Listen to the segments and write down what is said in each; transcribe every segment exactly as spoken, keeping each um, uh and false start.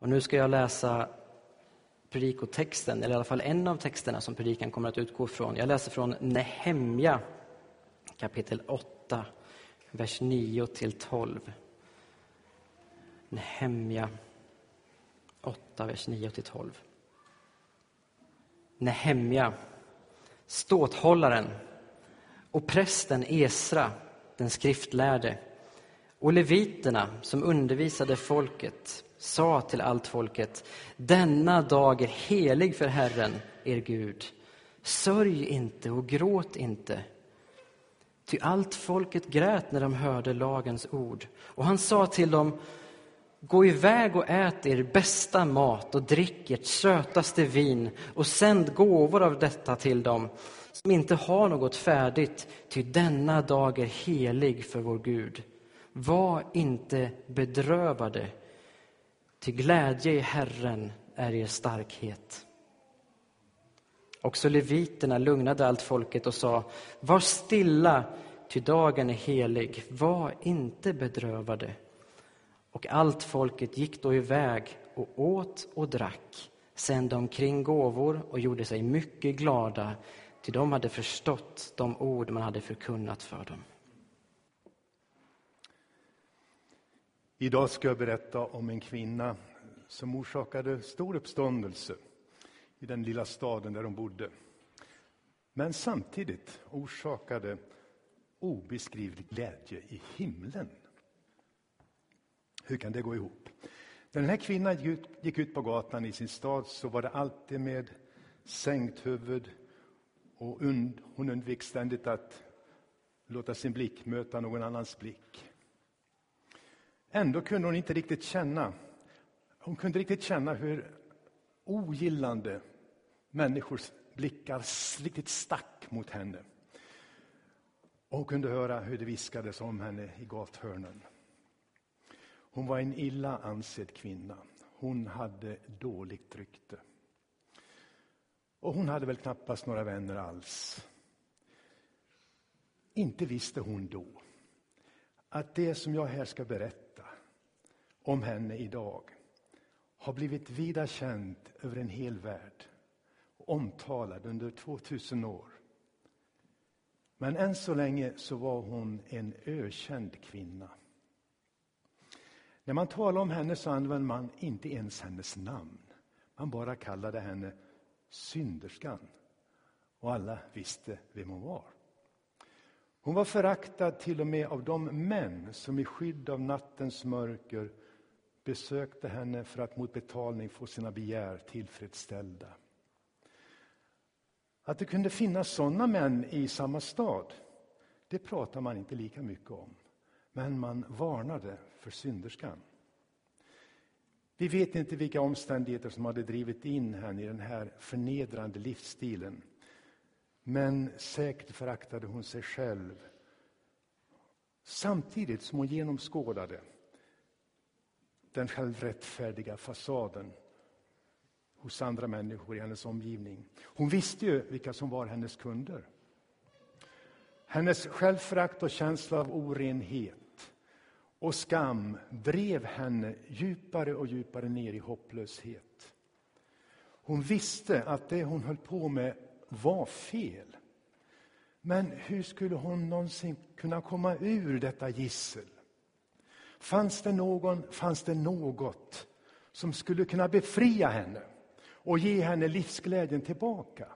Och nu ska jag läsa predikotexten, eller i alla fall en av texterna som predikan kommer att utgå från. Jag läser från Nehemja kapitel åtta, vers nio till tolv. Nehemja åtta, vers nio till tolv. Nehemja, ståthållaren, och prästen Esra, den skriftlärde, och leviterna som undervisade folket, sa till allt folket: denna dag är helig för Herren, er Gud. Sörj inte och gråt inte. Ty allt folket grät när de hörde lagens ord. Och han sa till dem: gå iväg och ät er bästa mat och drick ert sötaste vin och sänd gåvor av detta till dem som inte har något färdigt, ty denna dag är helig för vår Gud. Var inte bedrövade, ty glädje i Herren är er starkhet. Också leviterna lugnade allt folket och sa: var stilla, ty dagen är helig, var inte bedrövade. Och allt folket gick då iväg och åt och drack, sände omkring gåvor och gjorde sig mycket glada, ty de hade förstått de ord man hade förkunnat för dem. Idag ska jag berätta om en kvinna som orsakade stor uppståndelse i den lilla staden där de bodde. Men samtidigt orsakade obeskrivlig glädje i himlen. Hur kan det gå ihop? När den här kvinnan gick ut på gatan i sin stad så var det alltid med sänkt huvud, och und, hon undvek ständigt att låta sin blick möta någon annans blick. Ändå kunde hon inte riktigt känna, hon kunde riktigt känna hur ogillande människors blickar riktigt stack mot henne. Och hon kunde höra hur det viskades om henne i gathörnen. Hon var en illa ansedd kvinna. Hon hade dåligt rykte. Och hon hade väl knappast några vänner alls. Inte visste hon då att det som jag här ska berätta om henne idag har blivit vida känt över en hel värld och omtalad under tvåtusen år. Men än så länge så var hon en ökänd kvinna. När man talar om henne så använder man inte ens hennes namn. Man bara kallade henne synderskan. Och alla visste vem hon var. Hon var föraktad till och med av de män som i skydd av nattens mörker besökte henne för att mot betalning få sina begär tillfredsställda. Att det kunde finnas sådana män i samma stad, det pratar man inte lika mycket om. Men man varnade för synderskan. Vi vet inte vilka omständigheter som hade drivit in henne i den här förnedrande livsstilen. Men säkert föraktade hon sig själv. Samtidigt som hon genomskådade den självrättfärdiga fasaden hos andra människor i hennes omgivning. Hon visste ju vilka som var hennes kunder. Hennes självförakt och känsla av orenhet och skam drev henne djupare och djupare ner i hopplöshet. Hon visste att det hon höll på med var fel. Men hur skulle hon någonsin kunna komma ur detta gissel? Fanns det någon, fanns det något som skulle kunna befria henne och ge henne livsglädjen tillbaka?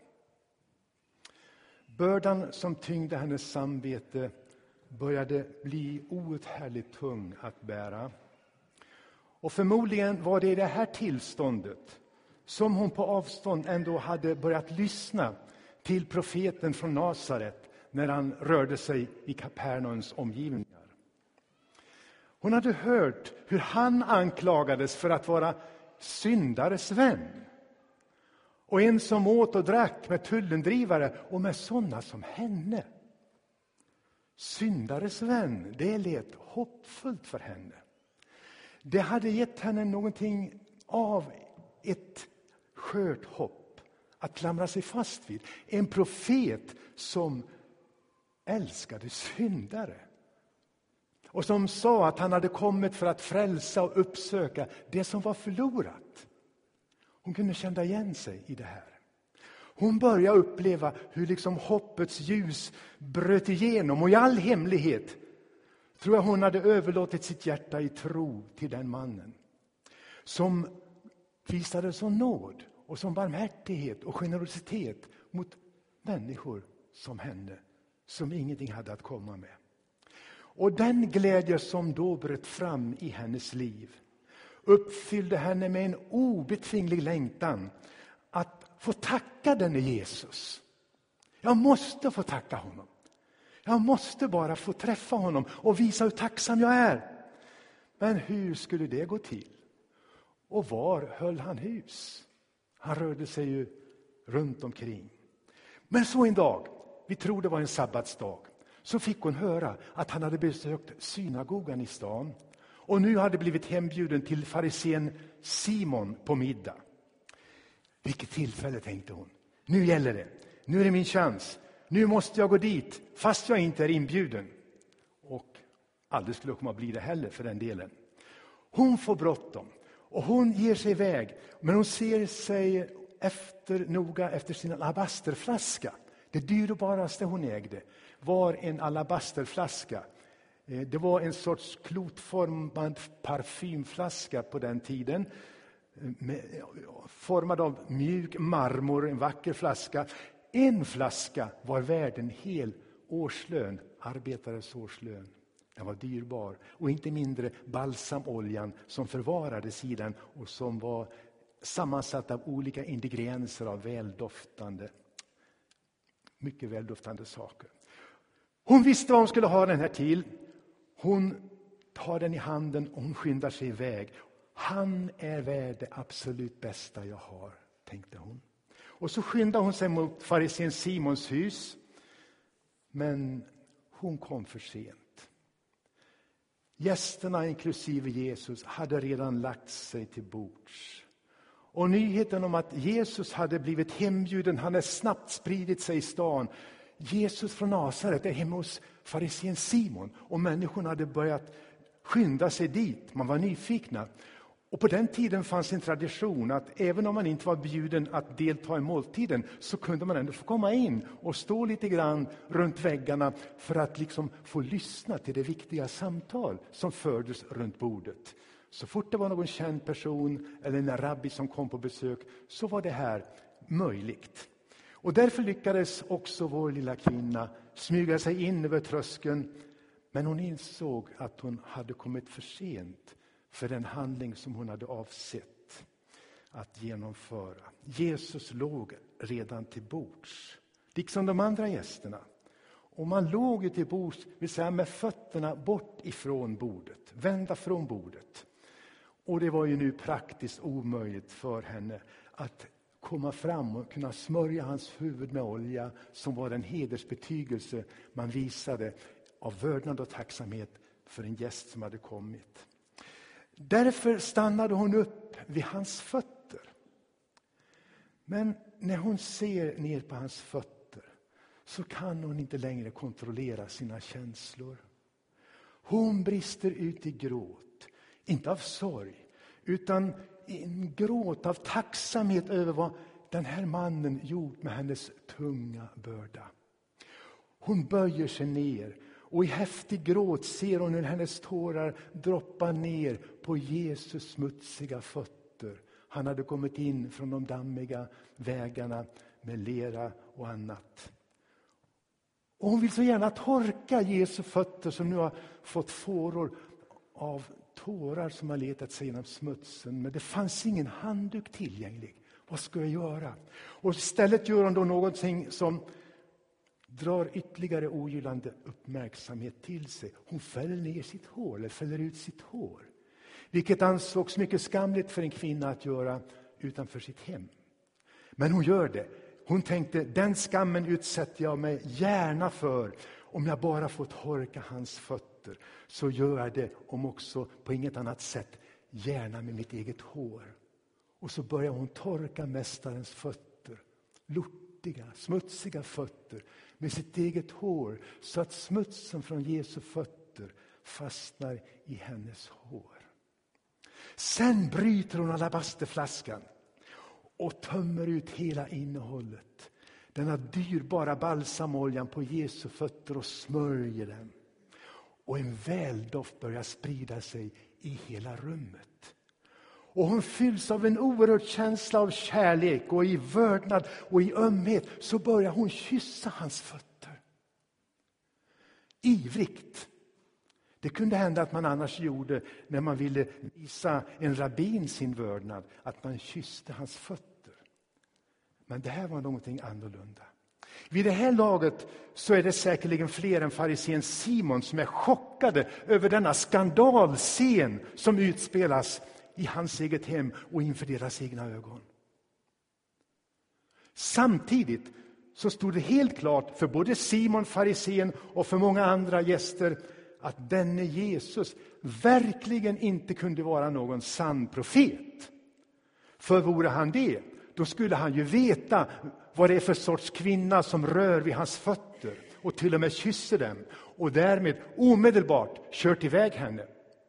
Bördan som tyngde hennes samvete började bli outhärdligt tung att bära. Och förmodligen var det i det här tillståndet som hon på avstånd ändå hade börjat lyssna till profeten från Nasaret när han rörde sig i Kapernaums omgivningar. Hon hade hört hur han anklagades för att vara syndares vän. Och en som åt och drack med tullendrivare och med sådana som henne. Syndares vän, det lät hoppfullt för henne. Det hade gett henne någonting av ett skört hopp att klamra sig fast vid. En profet som älskade syndare. och som sa att han hade kommit för att frälsa och uppsöka det som var förlorat. Hon kunde känna igen sig i det här. Hon började uppleva hur liksom hoppets ljus bröt igenom, och i all hemlighet tror jag hon hade överlåtit sitt hjärta i tro till den mannen som visade sån nåd och som barmhärtighet och generositet mot människor som henne, som ingenting hade att komma med. Och den glädje som då bröt fram i hennes liv uppfyllde henne med en obetvinglig längtan att få tacka denne Jesus. Jag måste få tacka honom. Jag måste bara få träffa honom och visa hur tacksam jag är. Men hur skulle det gå till? Och var höll han hus? Han rörde sig ju runt omkring. Men så en dag, vi tror det var en sabbatsdag, så fick hon höra att han hade besökt synagogan i stan. Och nu hade blivit hembjuden till farisén Simon på middag. Vilket tillfälle, tänkte hon. Nu gäller det. Nu är det min chans. Nu måste jag gå dit, fast jag inte är inbjuden. Och aldrig skulle komma bli det heller för den delen. Hon får bråttom. Och hon ger sig iväg. Men hon ser sig efter, noga efter sin alabasterflaska. Det dyrbaraste hon ägde var en alabasterflaska. Det var en sorts klotformad parfymflaska på den tiden. Med, formad av mjuk marmor, en vacker flaska. En flaska var värd en hel årslön, arbetares årslön. Den var dyrbar. Och inte mindre balsamoljan som förvarades i den och som var sammansatt av olika ingredienser av väldoftande, mycket väldoftande saker. Hon visste vad hon skulle ha den här till. Hon tar den i handen och hon skyndar sig iväg. Han är värd det absolut bästa jag har, tänkte hon. Och så skyndar hon sig mot farisén Simons hus. Men hon kom för sent. Gästerna, inklusive Jesus, hade redan lagt sig till bords. Och nyheten om att Jesus hade blivit hembjuden hade snabbt spridit sig i stan. Jesus från Nasaret är hemma hos farisén Simon. Och människorna hade börjat skynda sig dit. Man var nyfikna. Och på den tiden fanns en tradition att även om man inte var bjuden att delta i måltiden så kunde man ändå få komma in och stå lite grann runt väggarna för att liksom få lyssna till det viktiga samtal som fördes runt bordet. Så fort det var någon känd person eller en rabbi som kom på besök så var det här möjligt. Och därför lyckades också vår lilla kvinna smyga sig in över tröskeln, men hon insåg att hon hade kommit för sent för den handling som hon hade avsett att genomföra. Jesus låg redan till bords, liksom de andra gästerna. Och man låg ju till bords, vill säga med fötterna bort ifrån bordet, vända från bordet. Och det var ju nu praktiskt omöjligt för henne att komma fram och kunna smörja hans huvud med olja, som var en hedersbetygelse man visade av vördnad och tacksamhet för en gäst som hade kommit. Därför stannade hon upp vid hans fötter. Men när hon ser ner på hans fötter så kan hon inte längre kontrollera sina känslor. Hon brister ut i gråt, inte av sorg, utan en gråt av tacksamhet över vad den här mannen gjort med hennes tunga börda. Hon böjer sig ner. Och i häftig gråt ser hon hur hennes tårar droppar ner på Jesus smutsiga fötter. Han hade kommit in från de dammiga vägarna med lera och annat. Och hon vill så gärna torka Jesu fötter som nu har fått fåror av tårar som har letat sig genom smutsen. Men det fanns ingen handduk tillgänglig. Vad ska jag göra? Och istället gör hon då någonting som drar ytterligare ogillande uppmärksamhet till sig. Hon fäller ner sitt hår, eller fäller ut sitt hår. Vilket ansågs mycket skamligt för en kvinna att göra utanför sitt hem. Men hon gör det. Hon tänkte, den skammen utsätter jag mig gärna för. Om jag bara får torka hans fötter så gör jag det, om också på inget annat sätt, gärna med mitt eget hår. Och så börjar hon torka mästarens fötter. Lortiga, smutsiga fötter med sitt eget hår, så att smutsen från Jesu fötter fastnar i hennes hår. Sen bryter hon alabasterflaskan och tömmer ut hela innehållet. Denna dyrbara balsamoljan på Jesu fötter och smörjer den. Och en väldoft börjar sprida sig i hela rummet. Och hon fylls av en oerhörd känsla av kärlek och i vördnad och i ömhet så börjar hon kyssa hans fötter. Ivrigt. Det kunde hända att man annars gjorde när man ville visa en rabbin sin vördnad, att man kysste hans fötter. Men det här var någonting annorlunda. Vid det här laget så är det säkerligen fler än farisén Simon som är chockade över denna skandalscen som utspelas i hans eget hem och inför deras egna ögon. Samtidigt så stod det helt klart för både Simon, farisén och för många andra gäster att denne Jesus verkligen inte kunde vara någon sann profet. För vore han det, då skulle han ju veta vad det är för sorts kvinna som rör vid hans fötter och till och med kysser dem och därmed omedelbart kört iväg henne.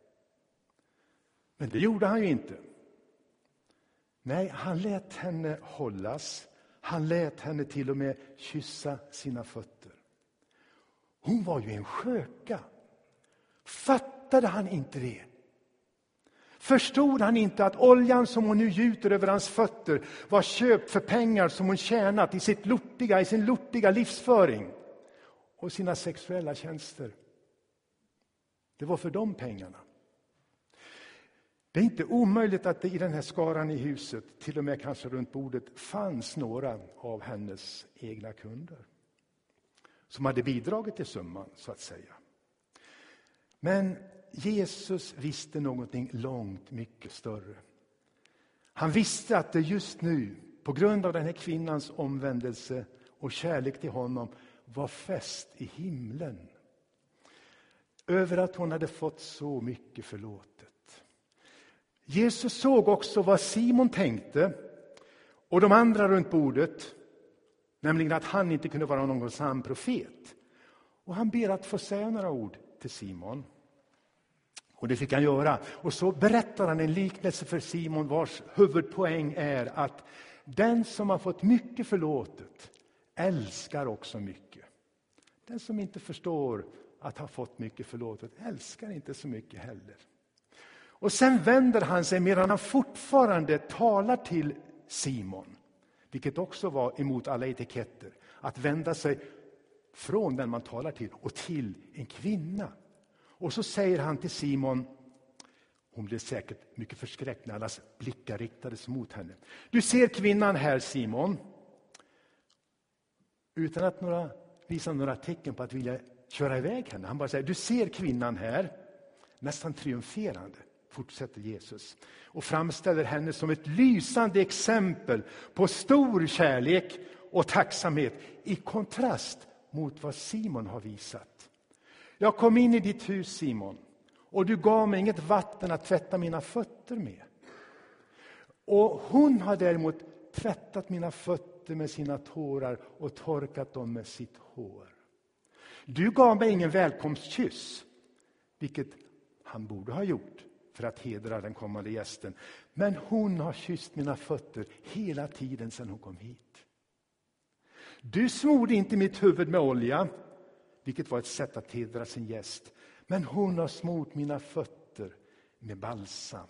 Men det gjorde han ju inte. Nej, han lät henne hållas. Han lät henne till och med kyssa sina fötter. Hon var ju en sköka. Fattade han inte det? Förstod han inte att oljan som hon nu gjuter över hans fötter var köpt för pengar som hon tjänat i, sitt lortiga, i sin lortiga livsföring och sina sexuella tjänster? Det var för de pengarna. Det är inte omöjligt att det i den här skaran i huset, till och med kanske runt bordet, fanns några av hennes egna kunder som hade bidragit till summan, så att säga. Men Jesus visste någonting långt mycket större. Han visste att det just nu, på grund av den här kvinnans omvändelse och kärlek till honom, var fest i himlen. Över att hon hade fått så mycket förlåtet. Jesus såg också vad Simon tänkte och de andra runt bordet, nämligen att han inte kunde vara någon sann profet. Och han ber att få säga några ord till Simon. Och det fick han göra. Och så berättar han en liknelse för Simon vars huvudpoäng är att den som har fått mycket förlåtet älskar också mycket. Den som inte förstår att ha fått mycket förlåtet älskar inte så mycket heller. Och sen vänder han sig medan han fortfarande talar till Simon. Vilket också var emot alla etiketter. Att vända sig från den man talar till och till en kvinna. Och så säger han till Simon, hon blev säkert mycket förskräckt när allas blickar riktades mot henne. Du ser kvinnan här, Simon. Utan att några, visa några tecken på att vilja köra iväg henne. Han bara säger, du ser kvinnan här. Nästan triumferande fortsätter Jesus. Och framställer henne som ett lysande exempel på stor kärlek och tacksamhet. I kontrast mot vad Simon har visat. Jag kom in i ditt hus, Simon, och du gav mig inget vatten att tvätta mina fötter med. Och hon har däremot tvättat mina fötter med sina tårar och torkat dem med sitt hår. Du gav mig ingen välkomstkyss, vilket han borde ha gjort för att hedra den kommande gästen. Men hon har kysst mina fötter hela tiden sedan hon kom hit. Du smorde inte mitt huvud med olja, vilket var ett sätt att hedra sin gäst. Men hon har smort mina fötter med balsam.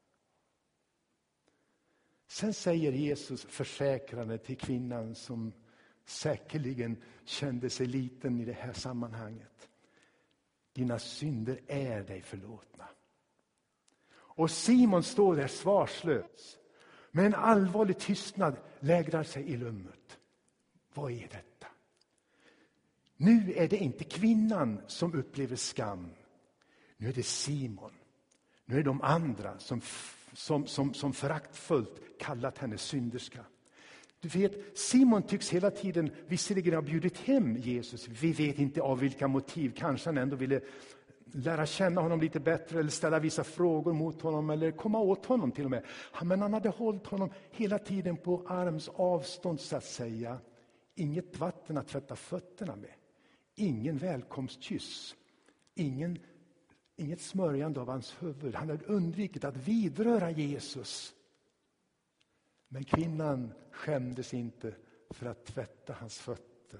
Sen säger Jesus försäkrande till kvinnan som säkerligen kände sig liten i det här sammanhanget. Dina synder är dig förlåtna. Och Simon står där svarslös. Med en allvarlig tystnad lägrar sig i rummet. Vad är detta? Nu är det inte kvinnan som upplever skam. Nu är det Simon. Nu är de andra som, som, som, som föraktfullt kallat henne synderska. Du vet, Simon tycks hela tiden visserligen ha bjudit hem Jesus. Vi vet inte av vilka motiv. Kanske han ändå ville lära känna honom lite bättre eller ställa vissa frågor mot honom eller komma åt honom till och med. Men han hade hållit honom hela tiden på arms avstånd, så att säga. Inget vatten att tvätta fötterna med. Ingen välkomstkyss. Ingen inget smörjande av hans huvud. Han hade undvikit att vidröra Jesus. Men kvinnan skämdes inte för att tvätta hans fötter.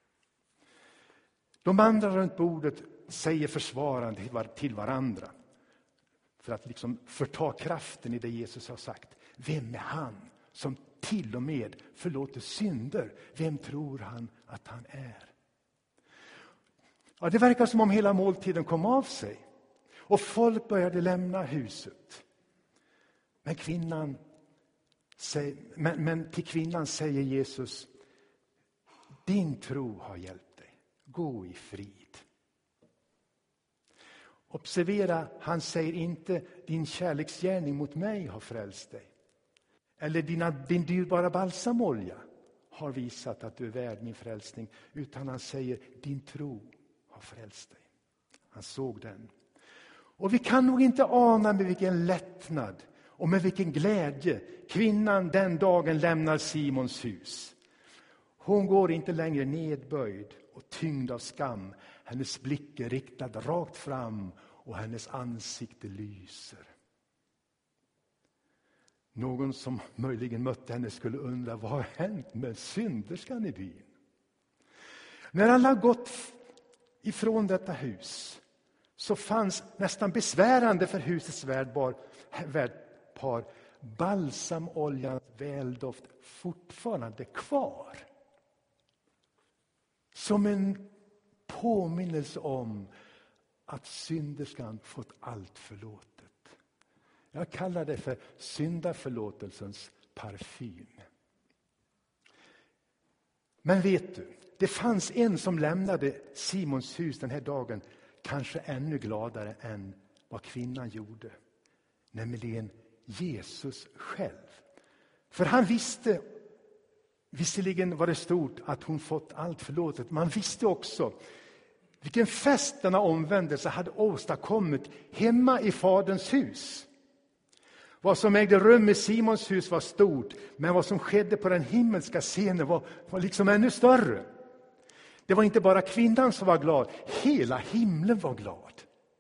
De andra runt bordet säger försvarande till varandra för att liksom förta kraften i det Jesus har sagt. Vem är han som till och med förlåter synder? Vem tror han att han är? Ja, det verkar som om hela måltiden kom av sig. Och folk började lämna huset. Men, kvinnan, men, men till kvinnan säger Jesus, din tro har hjälpt dig. Gå i frid. Observera, han säger inte din kärleksgärning mot mig har frälst dig. Eller dina, din dyrbara balsamolja har visat att du är värd min frälsning. Utan han säger din tro har frälst dig. Han såg den. Och vi kan nog inte ana med vilken lättnad och med vilken glädje kvinnan den dagen lämnar Simons hus. Hon går inte längre nedböjd och tyngd av skam. Hennes blick är riktad rakt fram och hennes ansikte lyser. Någon som möjligen mötte henne skulle undra, vad har hänt med synderskan i byn? När alla gått ifrån detta hus så fanns nästan besvärande för husets värdpar, värdpar balsamoljans väldoft fortfarande kvar. Som en påminnelse om att synderskan fått allt förlåtet. Jag kallar det för syndaförlåtelsens parfym. Men vet du, det fanns en som lämnade Simons hus den här dagen kanske ännu gladare än vad kvinnan gjorde. Nämligen Jesus själv. För han visste, visserligen var det stort att hon fått allt förlåtet. Man visste också vilken fest denna omvändelse hade åstadkommit hemma i faderns hus. Vad som ägde rum i Simons hus var stort, men vad som skedde på den himmelska scenen var, var liksom ännu större. Det var inte bara kvinnan som var glad, hela himlen var glad.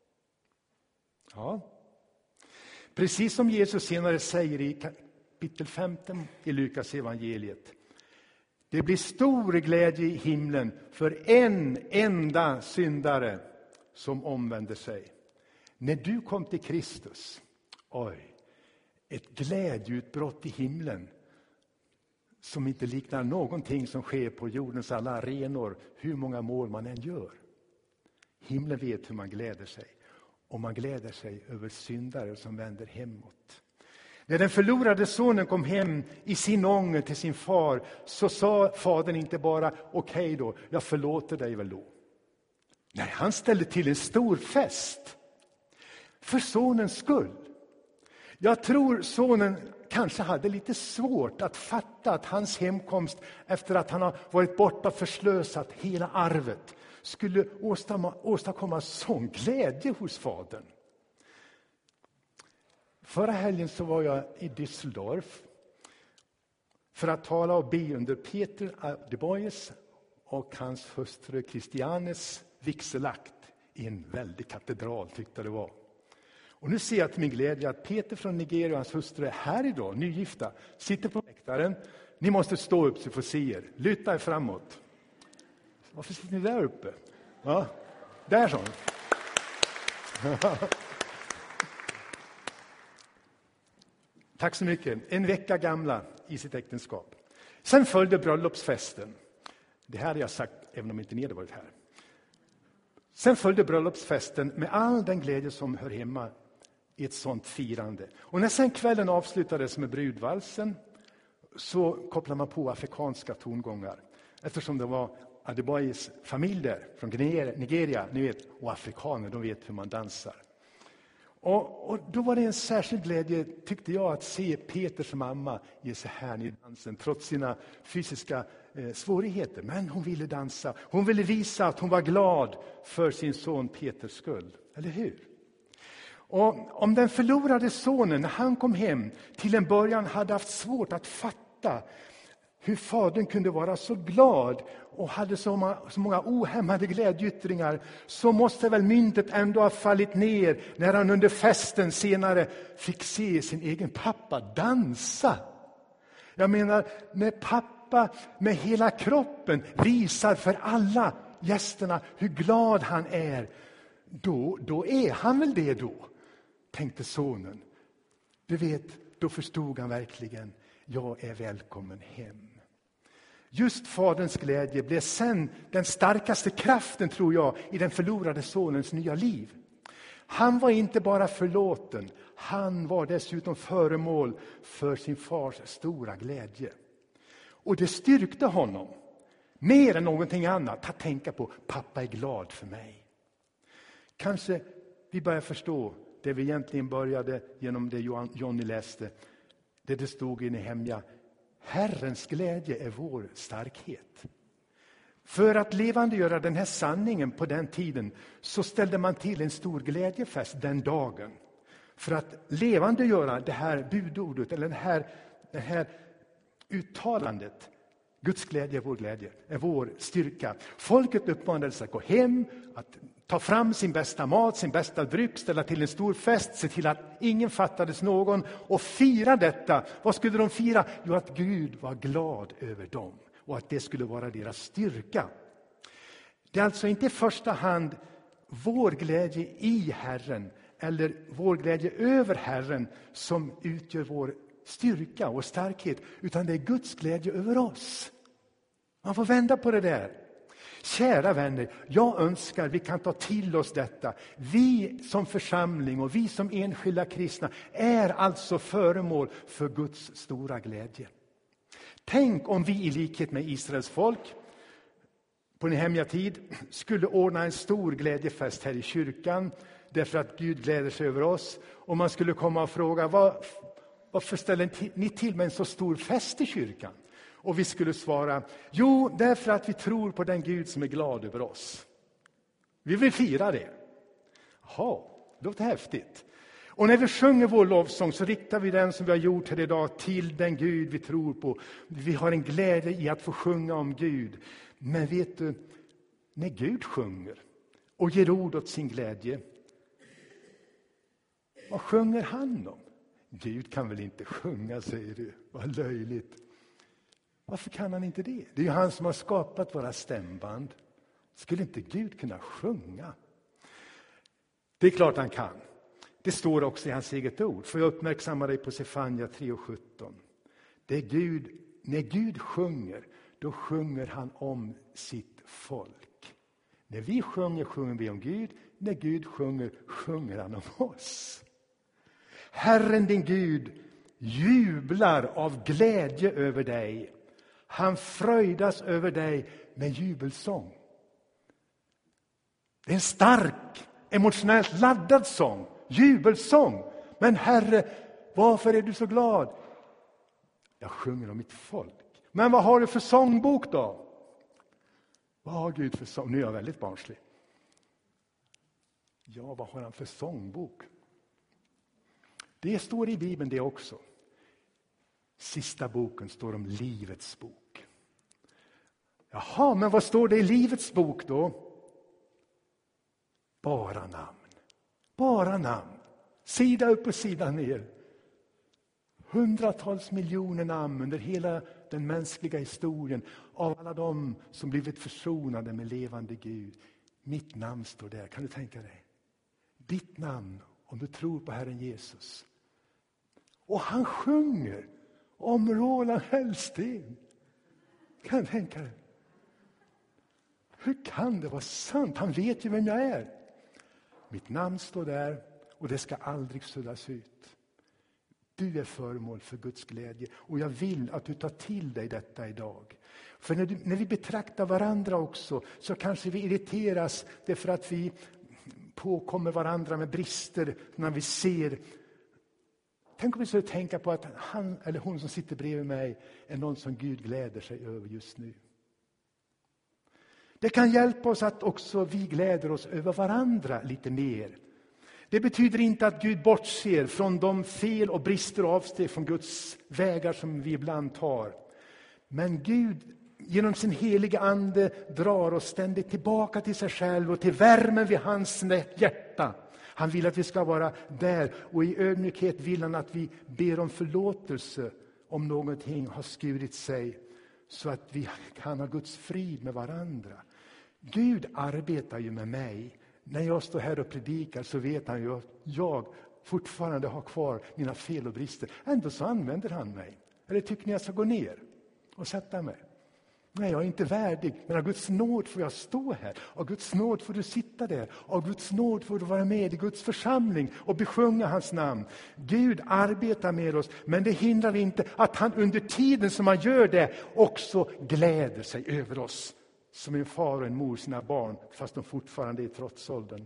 Ja. Precis som Jesus senare säger i kapitel femton i Lukas evangeliet. Det blir stor glädje i himlen för en enda syndare som omvänder sig. När du kom till Kristus, oj, ett glädjeutbrott i himlen som inte liknar någonting som sker på jordens alla arenor, hur många mål man än gör. Himlen vet hur man gläder sig. Och man gläder sig över syndare som vänder hemåt. När den förlorade sonen kom hem i sin ånger till sin far, så sa fadern inte bara, okej okay då, jag förlåter dig väl då. Nej, han ställde till en stor fest. För sonens skull. Jag tror sonen kanske hade lite svårt att fatta att hans hemkomst efter att han har varit borta och förslösat hela arvet skulle åstadkomma, åstadkomma sån glädje hos fadern. Förra helgen så var jag i Düsseldorf för att tala och be under Peter de Boyes och hans hustru Christianes vigselakt i en väldig katedral, tyckte det var. Och nu ser jag till min glädje att Peter från Nigeria och hans hustru är här idag, nygifta, sitter på läktaren. Ni måste stå upp så vi får se er. Luta er framåt. Varför sitter ni där uppe? Ja, där så. Tack så mycket. En vecka gamla i sitt äktenskap. Sen följde bröllopsfesten. Det här har jag sagt även om inte ni hade varit här. Sen följde bröllopsfesten med all den glädje som hör hemma i ett sånt firande. Och när sen kvällen avslutades med brudvalsen så kopplade man på afrikanska tongångar. Eftersom det var Adebayes familj där från Nigeria, ni vet, och afrikaner, de vet hur man dansar. Och, och då var det en särskild glädje, tyckte jag, att se Peters mamma ge sig här i dansen trots sina fysiska eh, svårigheter. Men hon ville dansa. Hon ville visa att hon var glad för sin son Peters skull. Eller hur? Och om den förlorade sonen, när han kom hem, till en början hade haft svårt att fatta hur fadern kunde vara så glad och hade så många, så många ohämmade glädjeyttringar, så måste väl myntet ändå ha fallit ner när han under festen senare fick se sin egen pappa dansa. Jag menar, när pappa med hela kroppen visar för alla gästerna hur glad han är, då, då är han väl det då, tänkte sonen. Du vet, då förstod han verkligen, jag är välkommen hem. Just faderns glädje blev sen den starkaste kraften, tror jag, i den förlorade sonens nya liv. Han var inte bara förlåten, han var dessutom föremål för sin fars stora glädje. Och det styrkte honom mer än någonting annat att tänka på, pappa är glad för mig. Kanske vi börjar förstå det vi egentligen började genom det Johnny läste. Det det stod i Nehemja, Herrens glädje är vår starkhet. För att levandegöra den här sanningen på den tiden så ställde man till en stor glädjefest den dagen. För att levandegöra det här budordet eller det här, det här uttalandet. Guds glädje är vår glädje, är vår styrka. Folket uppmanades att gå hem, att ta fram sin bästa mat, sin bästa dryck, ställa till en stor fest, se till att ingen fattades någon och fira detta. Vad skulle de fira? Jo, att Gud var glad över dem och att det skulle vara deras styrka. Det är alltså inte i första hand vår glädje i Herren eller vår glädje över Herren som utgör vår styrka och starkhet, utan det är Guds glädje över oss. Man får vända på det där. Kära vänner, jag önskar vi kan ta till oss detta. Vi som församling och vi som enskilda kristna är alltså föremål för Guds stora glädje. Tänk om vi i likhet med Israels folk på Nehemja tid skulle ordna en stor glädjefest här i kyrkan därför att Gud gläder sig över oss. Och man skulle komma och fråga, vad, varför ställer ni till med en så stor fest i kyrkan? Och vi skulle svara, jo, därför att vi tror på den Gud som är glad över oss. Vi vill fira det. Jaha, det låter häftigt. Och när vi sjunger vår lovsång så riktar vi den som vi har gjort här idag till den Gud vi tror på. Vi har en glädje i att få sjunga om Gud. Men vet du, när Gud sjunger och ger ord åt sin glädje, vad sjunger han om? Gud kan väl inte sjunga, säger du. Vad löjligt. Varför kan han inte det? Det är ju han som har skapat våra stämband. Skulle inte Gud kunna sjunga? Det är klart han kan. Det står också i hans eget ord. Får jag uppmärksamma dig på Sefania tre och sjutton. Det är Gud, när Gud sjunger, då sjunger han om sitt folk. När vi sjunger, sjunger vi om Gud. När Gud sjunger, sjunger han om oss. Herren din Gud jublar av glädje över dig. Han fröjdas över dig med jubelsång. Det är en stark, emotionellt laddad sång. Jubelsång. Men Herre, varför är du så glad? Jag sjunger om mitt folk. Men vad har du för sångbok då? Vad har Gud för sång? Nu är jag väldigt barnslig. Ja, vad har han för sångbok? Det står i Bibeln det också. Sista boken står om livets bok. Jaha, men vad står det i livets bok då? Bara namn. Bara namn. Sida upp och sida ner. Hundratals miljoner namn under hela den mänskliga historien av alla de som blivit försonade med levande Gud. Mitt namn står där, kan du tänka dig? Ditt namn, om du tror på Herren Jesus. Och han sjunger om Roland Hellsten. Kan du tänka dig? Hur kan det vara sant? Han vet ju vem jag är. Mitt namn står där och det ska aldrig suddas ut. Du är föremål för Guds glädje och jag vill att du tar till dig detta idag. För när, du, när vi betraktar varandra också så kanske vi irriteras därför att vi påkommer varandra med brister när vi ser. Tänk om vi skulle tänka på att han eller hon som sitter bredvid mig är någon som Gud gläder sig över just nu. Det kan hjälpa oss att också vi gläder oss över varandra lite mer. Det betyder inte att Gud bortser från de fel och brister och avsteg från Guds vägar som vi ibland tar. Men Gud genom sin heliga ande drar oss ständigt tillbaka till sig själv och till värmen vid hans hjärta. Han vill att vi ska vara där, och i ödmjukhet vill han att vi ber om förlåtelse om någonting har skurit sig, så att vi kan ha Guds frid med varandra. Gud arbetar ju med mig. När jag står här och predikar så vet han ju att jag fortfarande har kvar mina fel och brister. Ändå så använder han mig. Eller tycker ni jag ska gå ner och sätta mig? Nej, jag är inte värdig. Men av Guds nåd får jag stå här. Av Guds nåd får du sitta där. Av Guds nåd får du vara med i Guds församling och besjunga hans namn. Gud arbetar med oss, men det hindrar inte att han under tiden som han gör det också gläder sig över oss. Som en far och en mor sina barn, fast de fortfarande är i trotsåldern.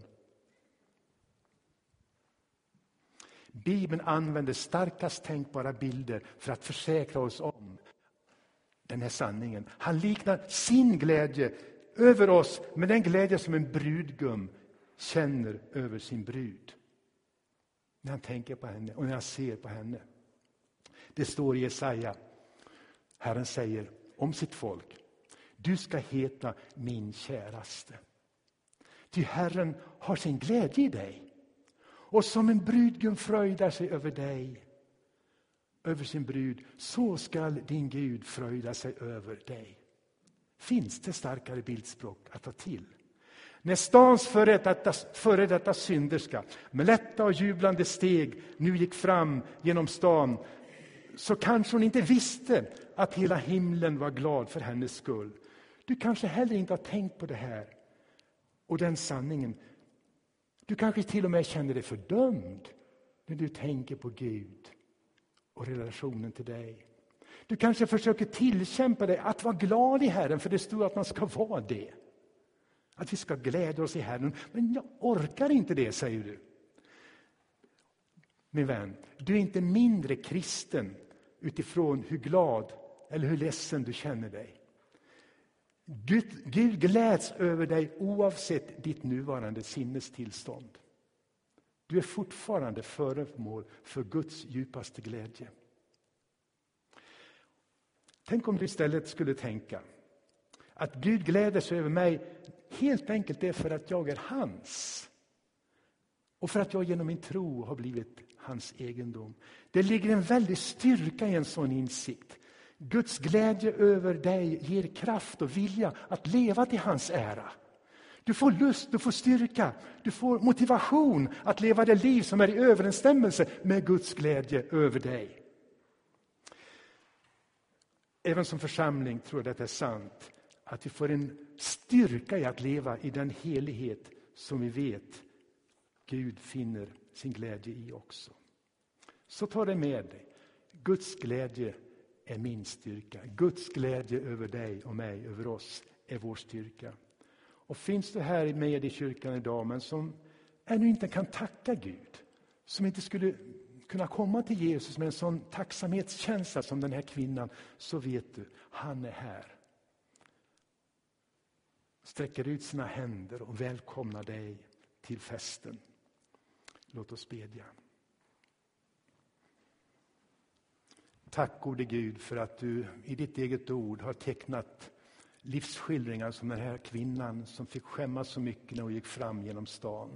Bibeln använder starkast tänkbara bilder för att försäkra oss om den här sanningen. Han liknar sin glädje över oss med den glädje som en brudgum känner över sin brud. När han tänker på henne och när han ser på henne. Det står i Jesaja, Herren säger om sitt folk: du ska heta min käraste. Ty Herren har sin glädje i dig. Och som en brudgum fröjdar sig över dig, över sin brud, så skall din Gud fröjda sig över dig. Finns det starkare bildspråk att ta till? När stans före detta, före detta synderska med lätta och jublande steg nu gick fram genom stan, så kanske hon inte visste att hela himlen var glad för hennes skull. Du kanske heller inte har tänkt på det här och den sanningen. Du kanske till och med känner dig fördömd när du tänker på Gud och relationen till dig. Du kanske försöker tillkämpa dig att vara glad i Herren, för det står att man ska vara det. Att vi ska glädja oss i Herren. Men jag orkar inte det, säger du. Min vän, du är inte mindre kristen utifrån hur glad eller hur ledsen du känner dig. Gud, Gud gläds över dig oavsett ditt nuvarande sinnestillstånd. Du är fortfarande föremål för Guds djupaste glädje. Tänk om du istället skulle tänka att Gud gläder sig över mig helt enkelt det för att jag är hans. Och för att jag genom min tro har blivit hans egendom. Det ligger en väldig styrka i en sån insikt. Guds glädje över dig ger kraft och vilja att leva till hans ära. Du får lust, du får styrka, du får motivation att leva det liv som är i överensstämmelse med Guds glädje över dig. Även som församling tror jag att det är sant att vi får en styrka i att leva i den helighet som vi vet Gud finner sin glädje i också. Så ta det med dig. Guds glädje är min styrka. Guds glädje över dig och mig, över oss, är vår styrka. Och finns du här med i kyrkan idag men som ännu inte kan tacka Gud, som inte skulle kunna komma till Jesus med en sån tacksamhetskänsla som den här kvinnan, så vet du, han är här. Sträcker ut sina händer och välkomnar dig till festen. Låt oss bedja. Tack gode Gud för att du i ditt eget ord har tecknat livsskildringar som den här kvinnan som fick skämmas så mycket när hon gick fram genom stan.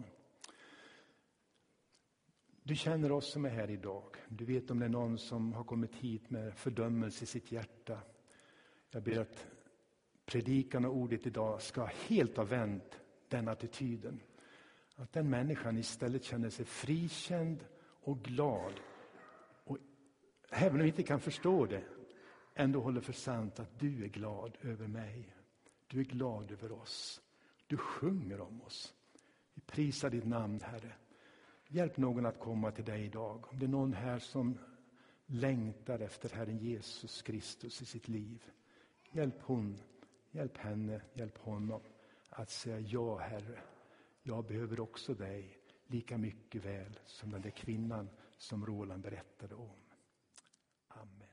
Du känner oss som är här idag. Du vet om det är någon som har kommit hit med fördömelse i sitt hjärta. Jag ber att predikan och ordet idag ska helt ha vänt den attityden. Att den människan istället känner sig frikänd och glad. Och även om vi inte kan förstå det, ändå håller för sant att du är glad över mig. Du är glad över oss. Du sjunger om oss. Vi prisar ditt namn, Herre. Hjälp någon att komma till dig idag. Om det är någon här som längtar efter Herren Jesus Kristus i sitt liv. Hjälp hon, hjälp henne, hjälp honom att säga ja, Herre. Jag behöver också dig lika mycket väl som den där kvinnan som Roland berättade om. Amen.